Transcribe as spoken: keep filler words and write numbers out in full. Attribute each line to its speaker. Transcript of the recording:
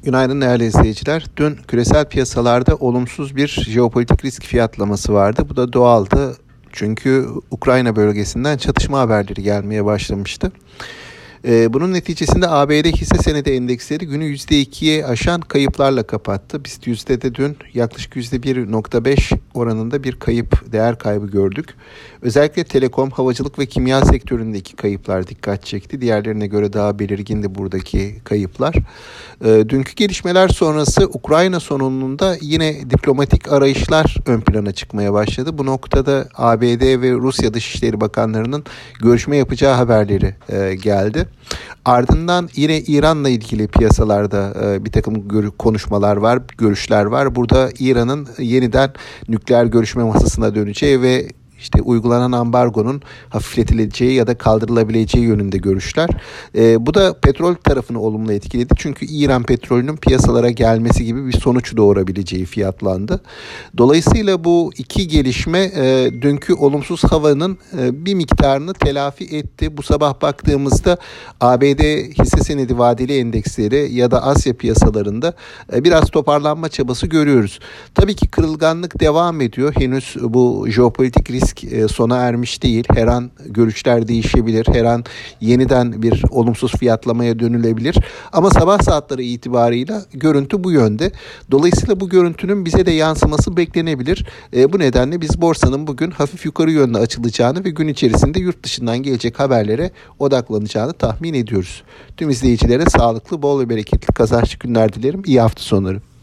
Speaker 1: Günaydın değerli izleyiciler. Dün küresel piyasalarda olumsuz bir jeopolitik risk fiyatlaması vardı. Bu da doğaldı. Çünkü Ukrayna bölgesinden çatışma haberleri gelmeye başlamıştı. Bunun neticesinde A B D hisse senedi endeksleri günü yüzde ikiye aşan kayıplarla kapattı. BIST yüzdede dün yaklaşık yüzde bir virgül beş oranında bir kayıp, değer kaybı gördük. Özellikle telekom, havacılık ve kimya sektöründeki kayıplar dikkat çekti. Diğerlerine göre daha belirgindi buradaki kayıplar. Dünkü gelişmeler sonrası Ukrayna sonunda yine diplomatik arayışlar ön plana çıkmaya başladı. Bu noktada A B D ve Rusya Dışişleri Bakanlarının görüşme yapacağı haberleri geldi. Ardından yine İran'la ilgili piyasalarda bir takım konuşmalar var, görüşler var. Burada İran'ın yeniden nükleer görüşme masasına döneceği ve İşte uygulanan ambargonun hafifletileceği ya da kaldırılabileceği yönünde görüşler. E, bu da petrol tarafını olumlu etkiledi. Çünkü İran petrolünün piyasalara gelmesi gibi bir sonuç doğurabileceği fiyatlandı. Dolayısıyla bu iki gelişme e, dünkü olumsuz havanın e, bir miktarını telafi etti. Bu sabah baktığımızda A B D hisse senedi vadeli endeksleri ya da Asya piyasalarında e, biraz toparlanma çabası görüyoruz. Tabii ki kırılganlık devam ediyor. Henüz bu jeopolitik risk sona ermiş değil. Her an görüşler değişebilir. Her an yeniden bir olumsuz fiyatlamaya dönülebilir. Ama sabah saatleri itibarıyla görüntü bu yönde. Dolayısıyla bu görüntünün bize de yansıması beklenebilir. E, bu nedenle biz borsanın bugün hafif yukarı yönde açılacağını ve gün içerisinde yurt dışından gelecek haberlere odaklanacağını tahmin ediyoruz. Tüm izleyicilere sağlıklı, bol ve bereketli kazançlı günler dilerim. İyi hafta sonları.